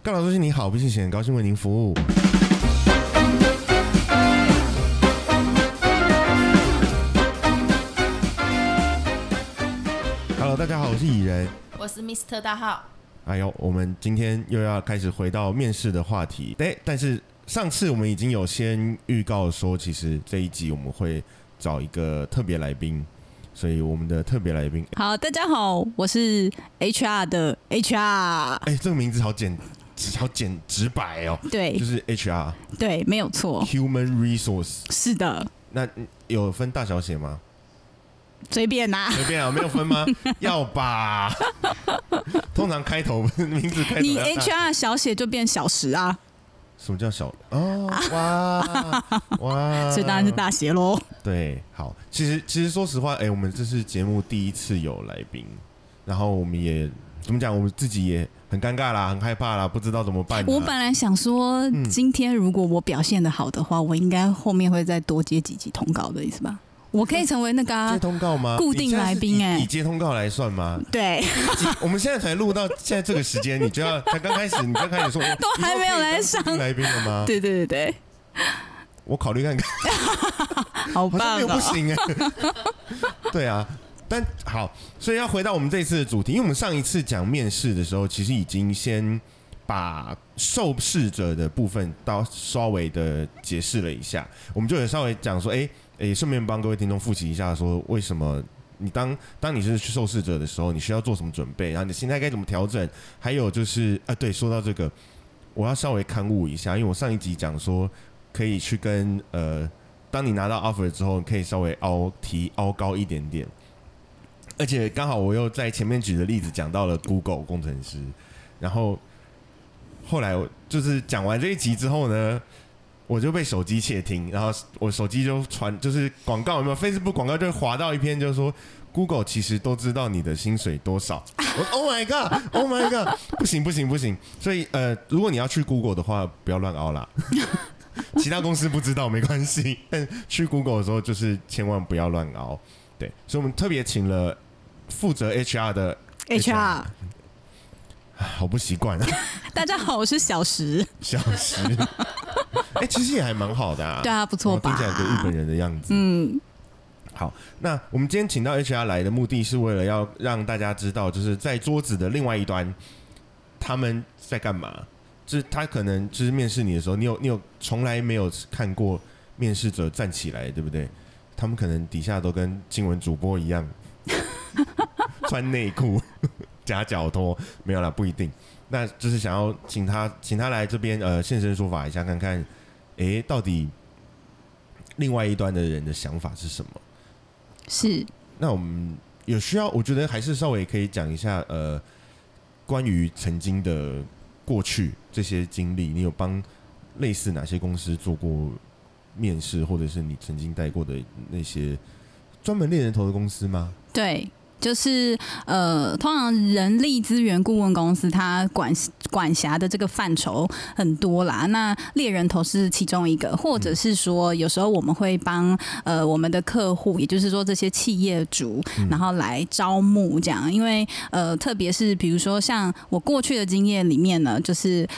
高老师你好，不是很高兴为您服务。Hello， 大家好，我是蚁人， 我是 Mr. 大号。 哎呦，我们今天又要开始回到面试的话题。但是上次我们已经有先预告说，其实这一集我们会找一个特别来宾，所以我们的特别来宾， 好，大家好，我是 HR 的 HR。 这个名字好直白哦。 对， 就是 HR。 对，没有错。 Human Resource。 是的。 那有分大小写吗？ 随便啦， 随便啊，没有分吗？要吧。通常开头名字开头你 HR 小写就变小时啊。 什么叫小？哦，哇， 所以当然是大写咯。 对，好，其实说实话，我们这是节目第一次有来宾，然后我们也怎么讲，我们自己也很尴尬啦，很害怕啦，不知道怎么办。 我本来想说，今天如果我表现得好的话，我应该后面会再多接几集通告的意思吧？我可以成为那个接通告吗？ 固定来宾以接通告来算吗？ 对， 我们现在才录到现在这个时间，你就要才刚开始，你就开始说都还没有来上来宾了吗？ 对对对对， 我考虑看看， 好棒好像没有不行对啊，但好，所以要回到我们这一次的主题，因为我们上一次讲面试的时候，其实已经先把受试者的部分稍微的解释了一下，我们就有稍微讲说，顺便帮各位听众复习一下，说为什么你当你是受试者的时候，你需要做什么准备，然后你的心态该怎么调整，还有就是对，说到这个，我要稍微勘误一下，因为我上一集讲说可以去跟当你拿到 offer 之后，可以稍微凹高一点点，而且刚好我又在前面举的例子讲到了 Google 工程师，然后后来我就是讲完这一集之后呢，我就被手机窃听，然后我手机就传，就是广告有没有 Facebook 广告就滑到一篇，就是说 Google 其实都知道你的薪水多少。Oh my god， Oh my god， 不行，所以如果你要去 Google 的话，不要乱凹啦。其他公司不知道没关系，但去 Google 的时候就是千万不要乱凹。对，所以我们特别请了负责 HR 的 HR。好不习惯啊！ 大家好，我是小石。 小石，其实也还蛮好的啊。 对啊，不错吧？ 听起来跟日本人的样子。好，那我们今天请到 HR 来的目的是为了要让大家知道，就是在桌子的另外一端，他们在干嘛？就是他可能就是面试你的时候，你有从来没有看过面试者站起来，对不对？他们可能底下都跟新闻主播一样，穿内裤。夹脚拖没有啦，不一定。那就是想要请他来这边现身说法一下，看看到底另外一端的人的想法是什么。 是。 那我们有需要，我觉得还是稍微可以讲一下关于曾经的过去这些经历，你有帮类似哪些公司做过面试，或者是你曾经带过的那些专门猎人头的公司吗？ 对。就是通常人力资源顾问公司它管辖的这个范畴很多啦，那猎人头是其中一个，或者是说有时候我们会帮我们的客户，也就是说这些企业主，然后来招募这样，因为特别是比如说像我过去的经验里面呢，就是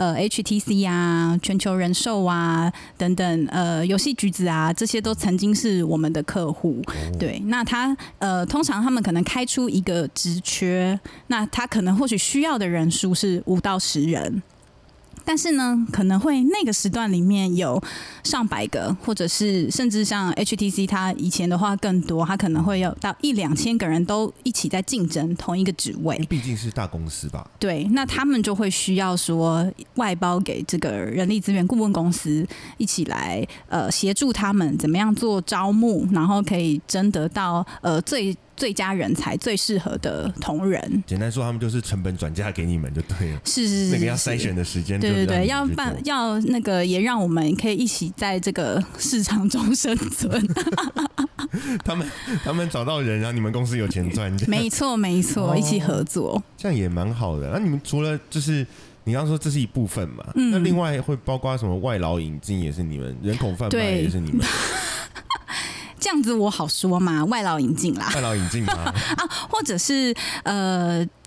HTC 啊、全球人寿啊等等，游戏橘子啊，这些都曾经是我们的客户。对，那通常他们可能开出一个职缺，那他可能或许需要的人数是5到10人。但是呢，可能会那个时段里面有上百个，或者是甚至像 HTC， 它以前的话更多，它可能会有到1-2千个人都一起在竞争同一个职位。 毕竟是大公司吧？ 对，那他们就会需要说外包给这个人力资源顾问公司一起来协助他们怎么样做招募，然后可以争得到最佳人才、最适合的同仁。 简单说，他们就是成本转嫁给你们就对了。 是那个要筛选的时间， 对，要那个也让我们可以一起在这个市场中生存。 他们找到人，然后你们公司有钱赚。 没错，一起合作， 这样也蛮好的。那你们除了就是你刚刚说这是一部分嘛，那另外会包括什么外劳引进也是你们，人口贩卖也是你们。 这样子我好说嘛？外劳引进啦， 外劳引进吗？ 或者是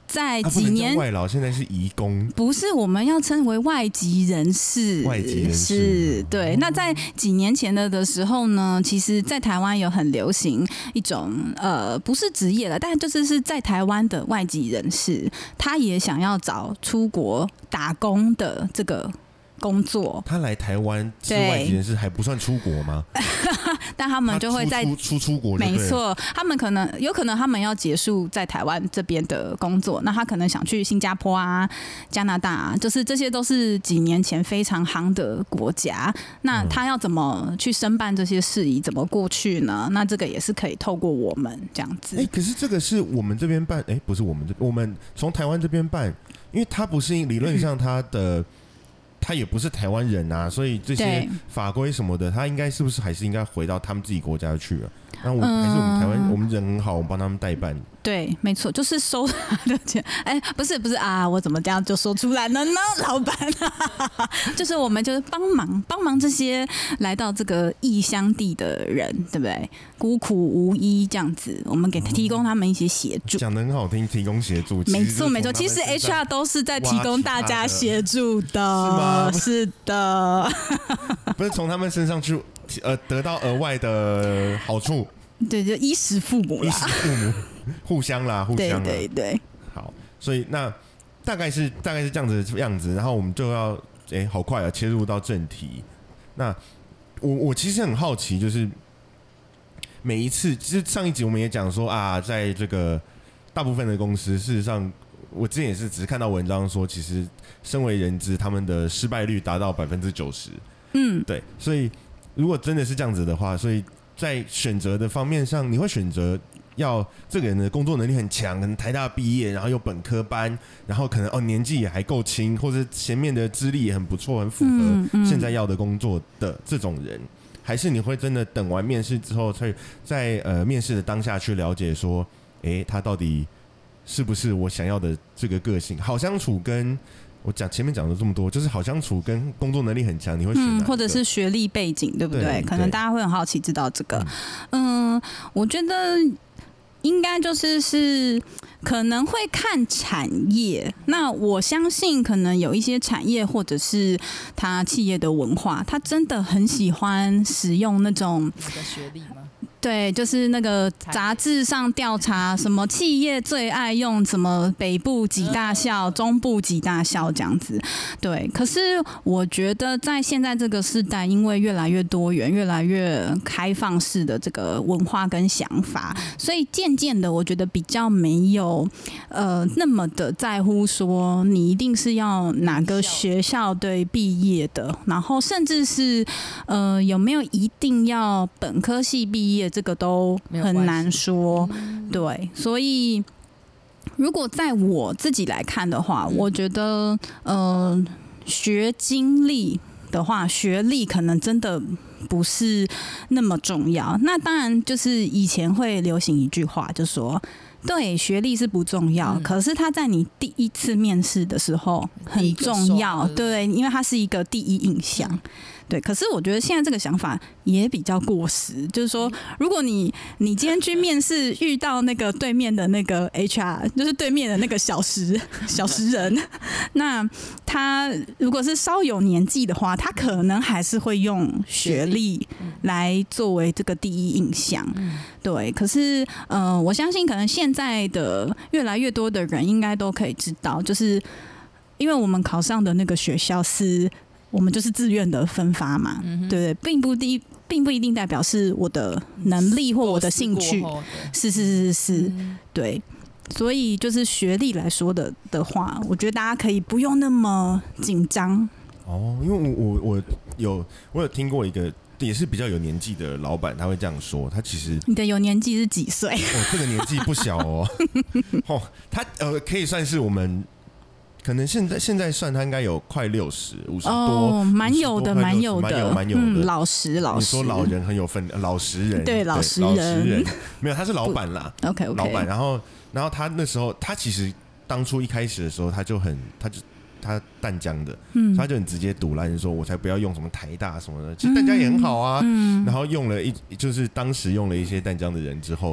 在几年外劳，现在是移工， 不是我们要称为外籍人士， 外籍人士是对。那在几年前的时候呢，其实，在台湾有很流行一种不是职业了，但就是在台湾的外籍人士，他也想要找出国打工的这个工作。 他来台湾是外籍人士，还不算出国吗？ 但他们就会在出国， 没错，他们有可能他们要结束在台湾这边的工作，那他可能想去新加坡啊、加拿大啊，就是这些都是几年前非常夯的国家。那他要怎么去申办这些事宜，怎么过去呢？那这个也是可以透过我们这样子。 可是这个是我们这边办，不是我们从台湾这边办，因为他不是理论上他也不是台湾人啊，所以这些法规什么的，他应该是不是还是应该回到他们自己国家去啊？那还是我们台湾，我们人很好，我们帮他们代办。 对，没错，就是收他的钱。不是啊，我怎么这样就说出来了呢？老板，就是我们就是帮忙这些来到这个异乡地的人，对不对？孤苦无依这样子，我们提供他们一些协助。 讲得很好听，提供协助。 没错。其实 HR 都是在提供大家协助的， 是吗？ 是的， 不是从他们身上去得到额外的好处。 对，就衣食父母啦， 互相啦。 对。 好，所以那大概是这样子，然后我们就要好快啊，切入到正题。那我其实很好奇，就是每一次，其实上一集我们也讲说啊，在这个大部分的公司，事实上我之前也是只是看到文章说，其实身为人资，他们的失败率达到90%。对，所以如果真的是这样子的话，所以在选择的方面上，你会选择要这个人的工作能力很强，可能台大毕业，然后有本科班，然后可能年纪也还够轻，或者前面的资历也很不错，很符合现在要的工作的这种人，还是你会真的等完面试之后，在面试的当下去了解说，他到底是不是我想要的这个个性，好相处跟。我前面讲了这么多，就是好相处跟工作能力很强，你会选哪一个？ 或者是学历背景，对不对？可能大家会很好奇知道这个。我觉得应该就是可能会看产业。那我相信可能有一些产业或者是他企业的文化，他真的很喜欢使用那种你的学历吗？ 对，就是那个杂志上调查，什么企业最爱用什么北部几大校、中部几大校这样子。对，可是我觉得在现在这个时代，因为越来越多元、越来越开放式的这个文化跟想法，所以渐渐的，我觉得比较没有那么的在乎说你一定是要哪个学校对毕业的，然后甚至是有没有一定要本科系毕业。这个都很难说，对，所以如果在我自己来看的话，我觉得学经历的话，学历可能真的不是那么重要。那当然就是以前会流行一句话，就说对，学历是不重要，可是它在你第一次面试的时候很重要，对，因为它是一个第一印象。对，可是我觉得现在这个想法也比较过时，就是说，如果你今天去面试，遇到那个对面的那个 HR， 就是对面的那个小时人，那他如果是稍有年纪的话，他可能还是会用学历来作为这个第一印象。对，可是我相信可能现在的越来越多的人应该都可以知道，就是因为我们考上的那个学校是。我们就是自愿的分发嘛，对，并不一定代表是我的能力或我的兴趣，是，对，所以就是学历来说的话，我觉得大家可以不用那么紧张。 因为我有听过一个也是比较有年纪的老板，他会这样说，他其实你的有年纪是几岁？ 这个年纪不小哦，他可以算是我们。可能现在算他应该有快60多， 蛮有的，老实。 你说老人很有分量，老实人， 对，老实人， 没有，他是老板啦 ，OK， 老板。然后他那时候，他其实当初一开始的时候，他淡江的，他就很直接赌烂说，我才不要用什么台大什么的，其实淡江也很好啊。然后就是当时用了一些淡江的人之后。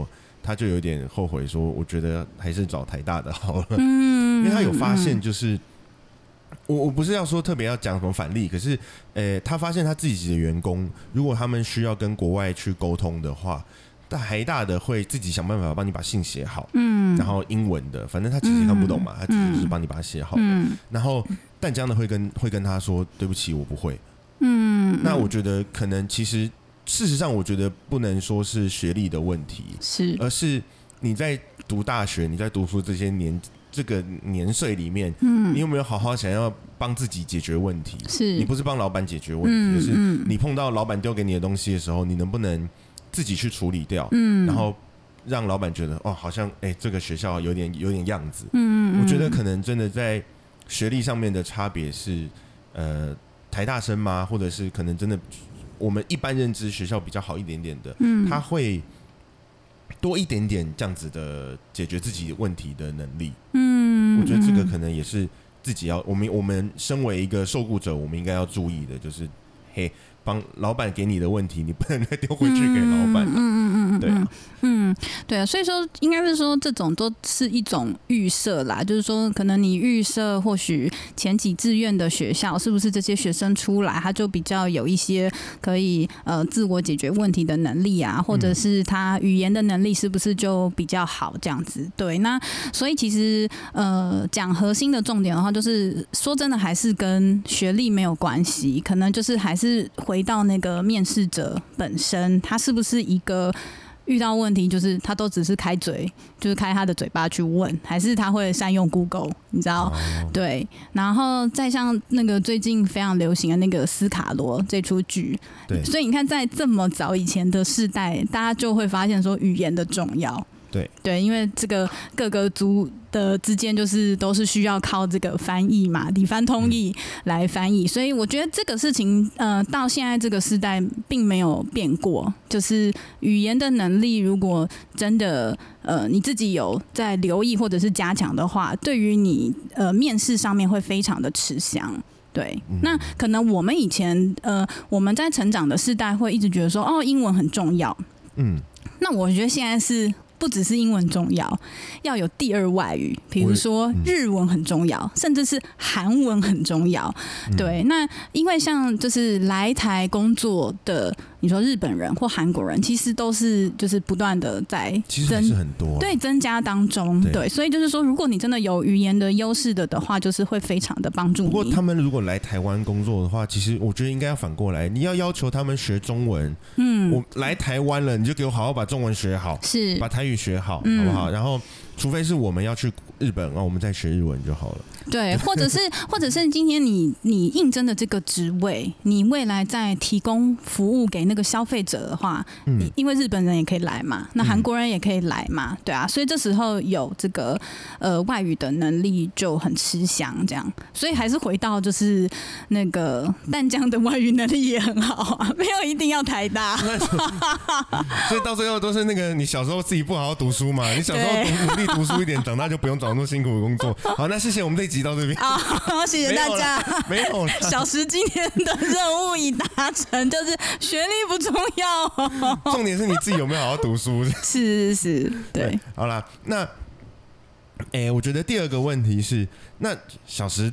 他就有点后悔说，我觉得还是找台大的好了，因为他有发现就是。我不是要说特别要讲什么反例，可是，他发现他自己的员工，如果他们需要跟国外去沟通的话，台大的会自己想办法帮你把信写好，然后英文的，反正他其实看不懂嘛，他只是帮你把它写好，然后淡江的会跟他说，对不起，我不会，那我觉得可能其实事实上，我觉得不能说是学历的问题，而是你在读大学，你在读书这个年岁里面，你有没有好好想要帮自己解决问题？你不是帮老板解决问题，就是你碰到老板丢给你的东西的时候，你能不能自己去处理掉？然后让老板觉得哦，好像这个学校有点样子。我觉得可能真的在学历上面的差别是，台大生吗？或者是可能真的我们一般认知学校比较好一点点的，他会多一点点这样子的解决自己问题的能力。我觉得这个可能也是自己要我们身为一个受雇者，我们应该要注意的，就是嘿，帮老板给你的问题，你不能再丢回去给老板。对啊， 对啊，所以说应该是说这种都是一种预设啦，就是说可能你预设或许前几志愿的学校是不是这些学生出来他就比较有一些可以自我解决问题的能力啊，或者是他语言的能力是不是就比较好这样子。对，那所以其实讲核心的重点的话，就是说真的还是跟学历没有关系，可能就是还是回到那个面试者本身，他是不是一个遇到问题就是他都只是开嘴，就是开他的嘴巴去问，还是他会善用 Google， 你知道？对，然后再像那个最近非常流行的那个斯卡罗这出剧，对，所以你看在这么早以前的世代，大家就会发现说语言的重要。对，因为这个各个族的之间就是都是需要靠这个翻译嘛，理翻通译来翻译，所以我觉得这个事情到现在这个时代并没有变过，就是语言的能力如果真的你自己有在留意或者是加强的话，对于你面试上面会非常的吃香。对，那可能我们以前我们在成长的世代会一直觉得说哦英文很重要，那我觉得现在是不只是英文重要，要有第二外语，比如说日文很重要，甚至是韩文很重要。对，那因为像就是来台工作的，你说日本人或韩国人，其实都是就是不断的在其实还是很多对增加当中。对，所以就是说，如果你真的有语言的优势的话，就是会非常的帮助你。 不过他们如果来台湾工作的话，其实我觉得应该要反过来，你要求他们学中文。我来台湾了，你就给我好好把中文学好， 是把台语学好，好不好？然后，除非是我们要去日本，然后我们再学日文就好了。 对，或者是今天你应征的这个职位，你未来在提供服务给那个消费者的话，因为日本人也可以来嘛，那韩国人也可以来嘛，对啊，所以这时候有这个外语的能力就很吃香，这样，所以还是回到就是那个淡江的外语能力也很好啊，没有一定要台大， 所以到最后都是那个你小时候自己不好好读书嘛，你小时候努力读书一点，长大就不用找那么辛苦的工作。好，那谢谢我们这一集到这边。 好，谢谢大家。 没有小时今天的任务已达成，就是学历不重要， 重点是你自己有没有好好读书。 是，对。 好啦，那我觉得第二个问题是，那小时，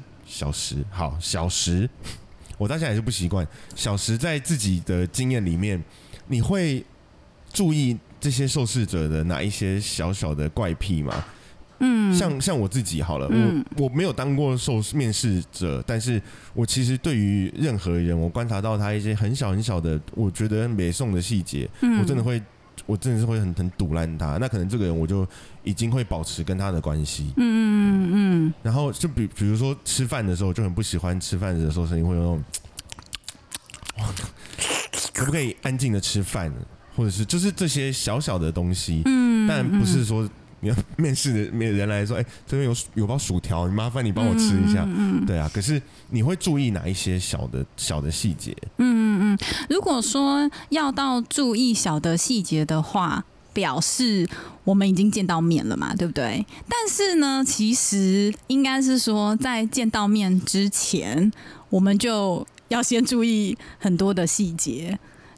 我到现在还是不习惯。小时在自己的经验里面，你会注意这些受试者的哪一些小小的怪癖吗？像我自己好了，我没有当过面试者，但是我其实对于任何人，我观察到他一些很小很小的，我觉得美送的细节，我真的是会很堵烂他。那可能这个人我就已经会保持跟他的关系。然后就比如说吃饭的时候，就很不喜欢吃饭的时候声音会有那种，可不可以安静的吃饭，或者是就是这些小小的东西，但不是说。你要面试的人来说，这边有包薯条，你麻烦你帮我吃一下。对啊，可是你会注意哪一些小的细节？ 如果说要到注意小的细节的话，表示我们已经见到面了嘛，对不对？但是呢，其实应该是说，在见到面之前，我们就要先注意很多的细节。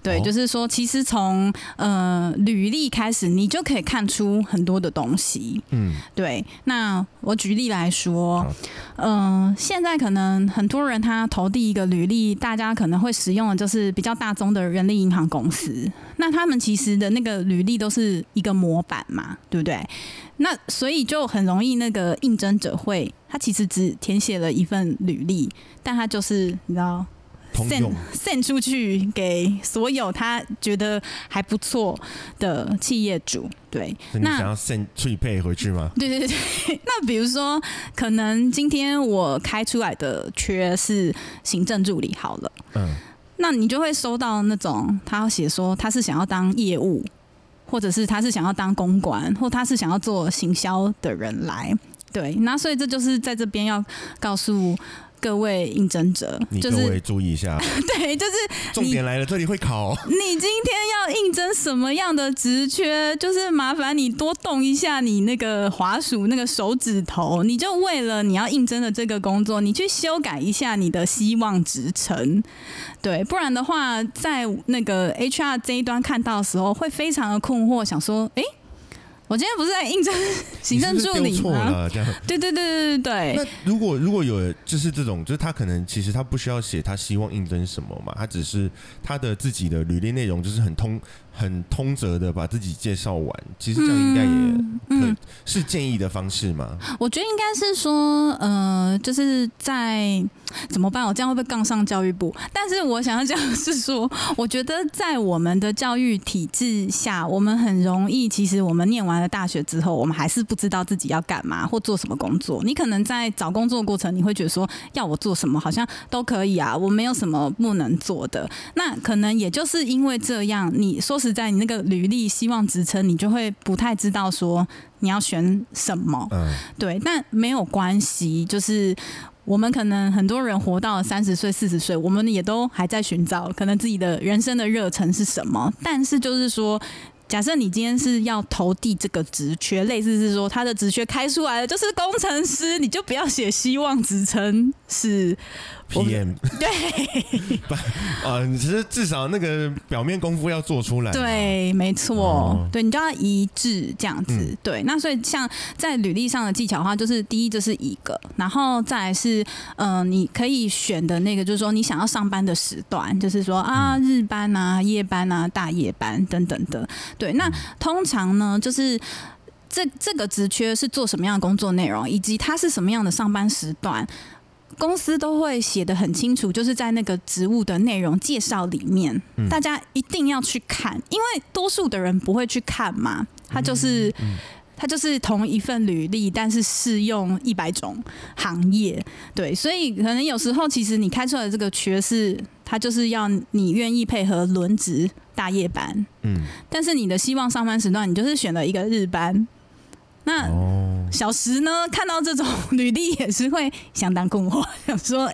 对，就是说，其实从履历开始，你就可以看出很多的东西。对。那我举例来说，现在可能很多人他投递一个履历，大家可能会使用的就是比较大宗的人力银行公司。那他们其实的那个履历都是一个模板嘛，对不对？那所以就很容易那个应征者会，他其实只填写了一份履历，但他就是你知道。send 出去给所有他觉得还不错的企业主，对， 你想要 send 去配回去吗？ 对对对。那比如说，可能今天我开出来的缺是行政助理好了，那你就会收到那种他写说他是想要当业务，或者是他是想要当公关，或他是想要做行销的人来，对，那所以这就是在这边要告诉各位应征者， 你各位注意一下， 对，就是重点来了，这里会考哦。 你今天要应征什么样的职缺，就是麻烦你多动一下你那个滑鼠那个手指头，你就为了你要应征的这个工作，你去修改一下你的希望职称，对，不然的话，在那个 HR 这一端看到的时候，会非常的困惑，想说，我今天不是在应征行政助理吗？ 你是不是丢错了这样？ 对对对对对。 那如果有就是这种，就是他可能其实他不需要写他希望应征什么嘛，他只是他的自己的履历内容就是很通则的把自己介绍完。其实这样应该也是建议的方式吗？ 我觉得应该是说，就是在怎么办？我这样会不会杠上教育部？但是我想要讲的是说，我觉得在我们的教育体制下，我们很容易，其实我们念完了大学之后，我们还是不知道自己要干嘛或做什么工作。你可能在找工作的过程，你会觉得说，要我做什么好像都可以啊，我没有什么不能做的。那可能也就是因为这样，你说实在，你那个履历希望职称，你就会不太知道说你要选什么。对，但没有关系，就是我们可能很多人活到了30岁、40岁，我们也都还在寻找可能自己的人生的热忱是什么。但是就是说，假设你今天是要投递这个职缺，类似是说他的职缺开出来的就是工程师，你就不要写希望职称是 PM， 对， 其实至少那个表面功夫要做出来。 对，没错，对，你就要一致这样子。对，那所以像在履历上的技巧的话，就是第一就是一个，然后再来是你可以选的那个，就是说你想要上班的时段，就是说日班啊、夜班啊、大夜班等等的。对，那通常呢，就是这个职缺是做什么样的工作内容，以及它是什么样的上班时段。公司都会写得很清楚，就是在那个职务的内容介绍里面，大家一定要去看，因为多数的人不会去看嘛，它就是同一份履历，但是适用100种行业，对，所以可能有时候其实你开出来的这个缺是，它就是要你愿意配合轮值大夜班，但是你的希望上班时段，你就是选了一个日班。那小时呢，看到这种履历也是会相当困惑，想说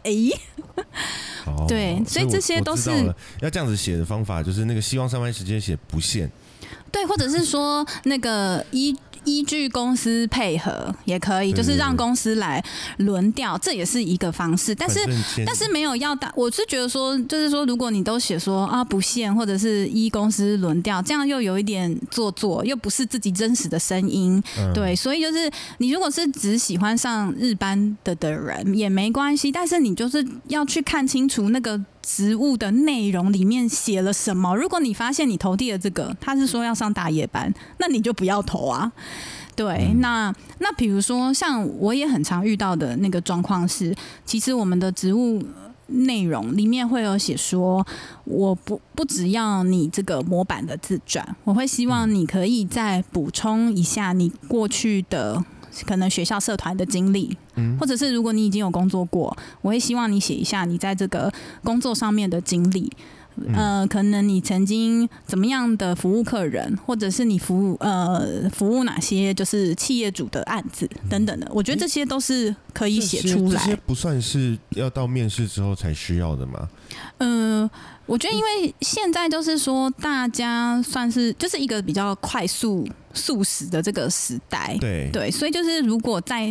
对，所以这些都是要这样子写的方法，就是那个希望上班时间写不限， 对，或者是说那个依据公司配合也可以，就是让公司来轮调，这也是一个方式。但是没有要我是觉得说，就是说，如果你都写说不限，或者是依公司轮调，这样又有一点做作，又不是自己真实的声音。对，所以就是你如果是只喜欢上日班的人也没关系，但是你就是要去看清楚那个职务的内容里面写了什么。如果你发现你投递的这个他是说要上大夜班，那你就不要投啊。对，那比如说像我也很常遇到的那个状况是，其实我们的职务内容里面会有写说，我不只要你这个模板的自传，我会希望你可以再补充一下你过去的可能学校社团的经历，或者是如果你已经有工作过，我会希望你写一下你在这个工作上面的经历。可能你曾经怎么样的服务客人，或者是你服务哪些就是企业主的案子等等的，我觉得这些都是可以写出来。 这些不算是要到面试之后才需要的吗？ 我觉得因为现在就是说大家算是就是一个比较快速速食的这个时代， 对， 所以就是如果在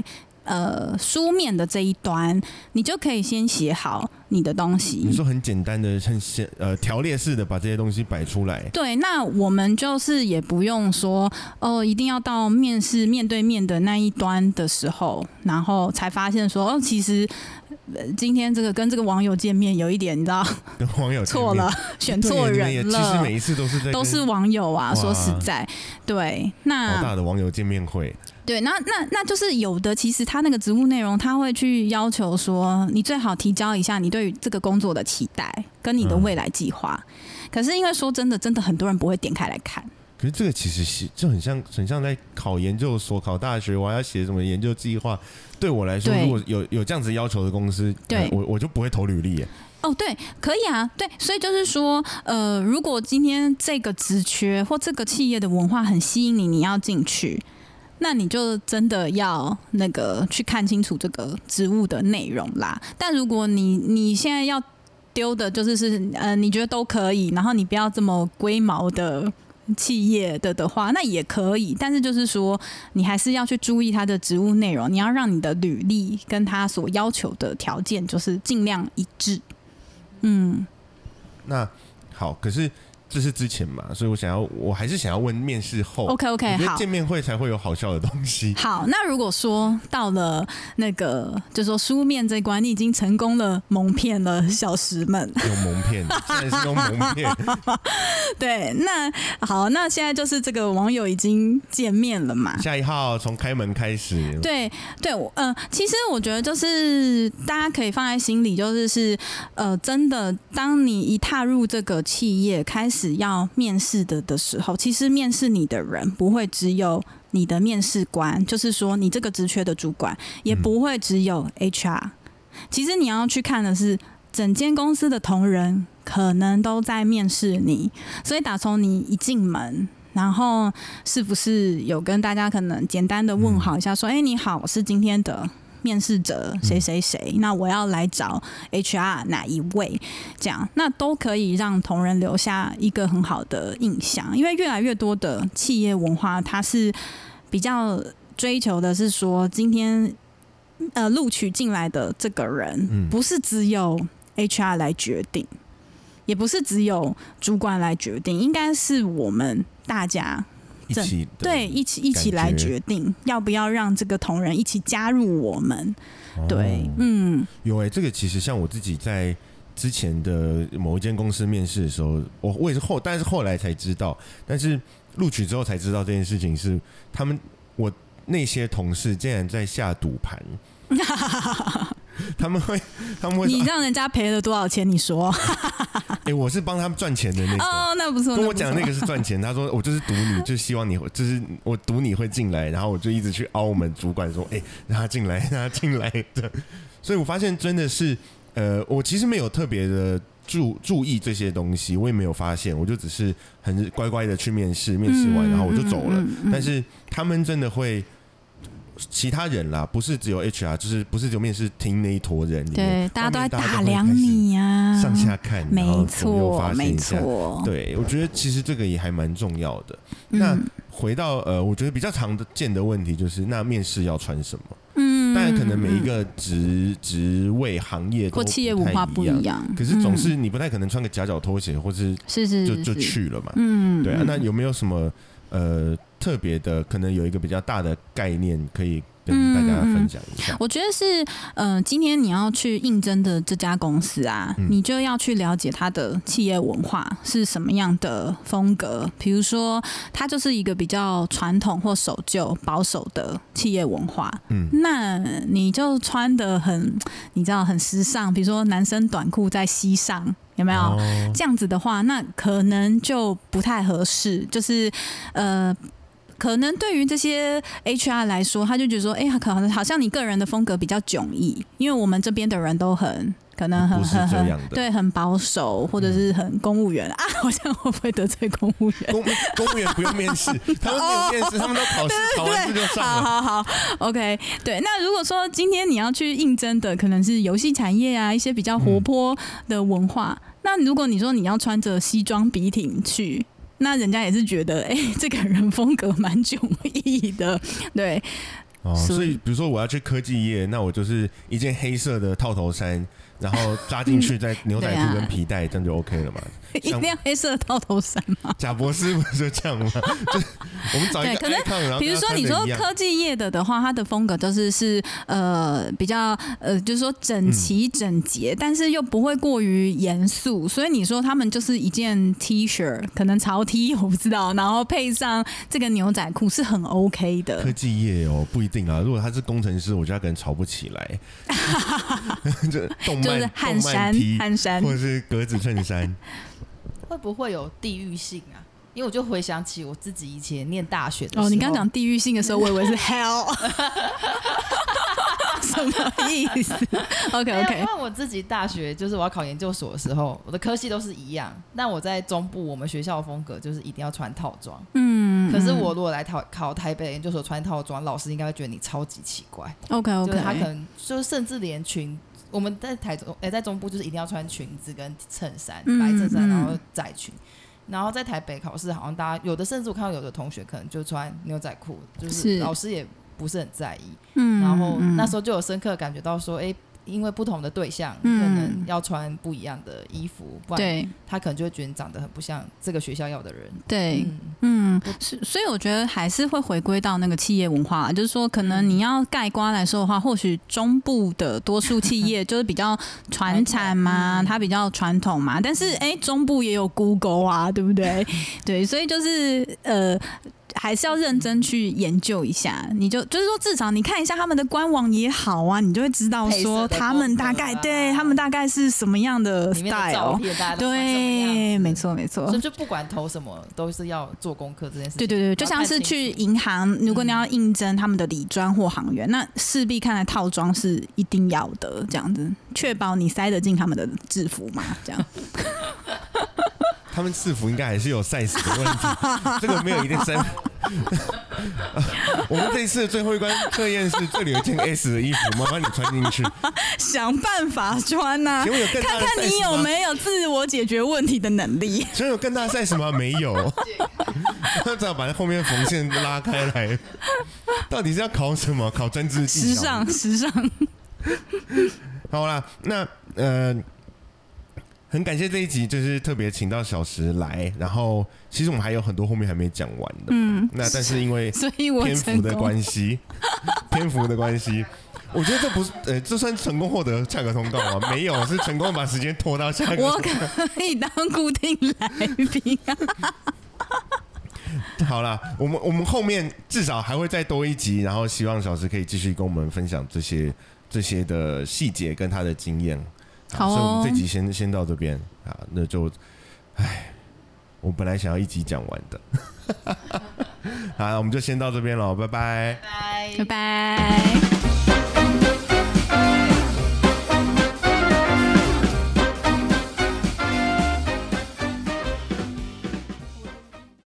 书面的这一端，你就可以先写好你的东西。 你说很简单的、条列式的把这些东西摆出来。 对，那我们就是也不用说一定要到面试面对面的那一端的时候，然后才发现说其实今天这个跟这个网友见面有一点你知道跟网友错了，选错人了。 其实每一次都是网友啊，说实在，对，那好大的网友见面会。 对，那就是有的，其实他那个职务内容，他会去要求说，你最好提交一下你对于这个工作的期待跟你的未来计划。可是因为说真的很多人不会点开来看。 可是这个其实就很像在考研究所、考大学，我要写什么研究计划。对我来说，如果有这样子要求的公司，我就不会投履历耶。 哦，对，可以啊，对，所以就是说，如果今天这个职缺或这个企业的文化很吸引你，你要进去。那你就真的要去看清楚这个职务的内容啦。但如果你现在要丢的就是你觉得都可以，然后你不要这么龟毛的企业的话，那也可以。但是就是说，你还是要去注意它的职务内容，你要让你的履历跟他所要求的条件就是尽量一致。 那好，可是这是之前嘛，所以我还是想要问面试后 ，OK， 好， 见面会才会有好笑的东西。 好，那如果说到了就说书面这一关，你已经成功了蒙骗了小时们， 用蒙骗，现在是用蒙骗。 对，那好，那现在就是这个网友已经见面了嘛？ 下一号从开门开始。 对，其实我觉得就是大家可以放在心里，就是真的，当你一踏入这个企业开始要面试的时候，其实面试你的人不会只有你的面试官，就是说你这个职缺的主管，也不会只有 HR。其实你要去看的是整间公司的同仁可能都在面试你，所以打从你一进门，然后是不是有跟大家可能简单的问好一下，说你好，我是今天的面试者谁谁谁，那我要来找 HR 哪一位，这样那都可以让同仁留下一个很好的印象。因为越来越多的企业文化，它是比较追求的是说，今天录取进来的这个人，不是只有 HR 来决定，也不是只有主管来决定，应该是我们大家一起来决定要不要让这个同仁一起加入我们。对， 有这个其实像我自己在之前的某一间公司面试的时候，我也是但是后来才知道，但是录取之后才知道这件事情是我那些同事竟然在下赌盘。他们会你让人家赔了多少钱？你说？ 我是帮他们赚钱的那个。 哦，那不错。 跟我讲那个是赚钱，他说我就是赌你，就希望你，就是我赌你会进来，然后我就一直去凹我们主管说，让他进来，让他进来的。所以我发现真的是，我其实没有特别的注意这些东西，我也没有发现，我就只是很乖乖的去面试，面试完然后我就走了。但是他们真的会。其他人啦，不是只有 HR， 就是不是只有面试厅那一坨人里面， 对，大家都在打量你啊， 上下看， 没错，没错。 对，我觉得其实这个也还蛮重要的。那回到我觉得比较常见的问题就是，那面试要穿什么？当然可能每一个职位行业或企业文化不一样， 可是总是你不太可能穿个夹脚拖鞋，或是就去了嘛。对啊，那有没有什么特别的，可能有一个比较大的概念可以跟大家分享一下？ 我觉得是，今天你要去应征的这家公司啊，你就要去了解它的企业文化是什么样的风格。比如说，它就是一个比较传统或守旧、保守的企业文化，那你就穿得很，你知道很时尚，比如说男生短裤在膝上。有没有这样子的话，那可能就不太合适。就是可能对于这些 HR 来说，他就觉得说，可能好像你个人的风格比较迥异，因为我们这边的人都可能对，很保守，或者是很公务员啊。好像会不会得罪公务员？ 公务员不用面试，他们没有面试，他们都考试，考完试就上了。 好 ，OK， 对。那如果说今天你要去应征的，可能是游戏产业啊，一些比较活泼的文化。那如果你说你要穿着西装笔挺去，那人家也是觉得，这个人风格蛮迥异的，对。 所以比如说我要去科技业，那我就是一件黑色的套头衫，然后扎进去在牛仔裤跟皮带，这样就 OK 了嘛？ 一定要黑色的套头衫吗？ 贾博士不是就这样吗？就我们找一个 icon， 然后比如说你说科技业的话，它的风格就是比较就是说整齐整洁，但是又不会过于严肃，所以你说他们就是一件 T 恤，可能潮 T 我不知道，然后配上这个牛仔裤是很 OK 的。 科技业不一定啊，如果他是工程师，我觉得他可能吵不起来。就动漫就是汗衫或者是格子衬衫。 会不会有地域性啊？因为我就回想起我自己以前念大学的时候。 你刚讲地域性的时候，我以为是 hell， 什么意思 ？OK， 因为我自己大学就是我要考研究所的时候，我的科系都是一样。但我在中部，我们学校的风格就是一定要穿套装。可是我如果来考台北研究所穿套装，老师应该会觉得你超级奇怪。 OK， 就是他可能就是甚至连我们在在中部就是一定要穿裙子跟衬衫，白衬衫然后窄裙。然后在台北考试，好像大家有的甚至我看到有的同学可能就穿牛仔裤，就是老师也不是很在意。然后那时候就有深刻感觉到说，因为不同的对象可能要穿不一样的衣服，不然他可能就会觉得你长得很不像这个学校要的人。 对，所以我觉得还是会回归到那个企业文化，就是说可能你要概括来说的话，或许中部的多数企业就是比较传产嘛，它比较传统嘛，但是中部也有 Google 啊，对不对？对，所以就是还是要认真去研究一下，就是说至少你看一下他们的官网也好啊，你就会知道说他们大概他们大概是什么样的 style， 对，没错， 所以就不管投什么都是要做功课这件事情。 对，就像是去银行，如果你要应征他们的理专或行员，那势必看来套装是一定要的，这样子确保你塞得进他们的制服嘛，这样。 他们制服应该还是有 size 的问题，这个没有一定7。我们这一次的最后一关测验是这里有一件 S 的衣服，麻烦你穿进去， 想办法穿啊！看看你有没有自我解决问题的能力。 请问有更大 size 吗？没有，只好把后面缝线拉开来。到底是要考什么？考针织技巧？ 时尚。 好啦，那很感谢这一集，就是特别请到小石来，然后其实我们还有很多后面还没讲完的，那但是因为篇幅的关系，我觉得这不是这算成功获得下个通告吗？没有，是成功把时间拖到下个。 我可以当固定来宾啊。 好啦，我们后面至少还会再多一集，然后希望小石可以继续跟我们分享这些的细节跟他的经验。 好所以我们这集先到这边啊，那就，我本来想要一集讲完的，好，我们就先到这边了，拜拜， 拜拜。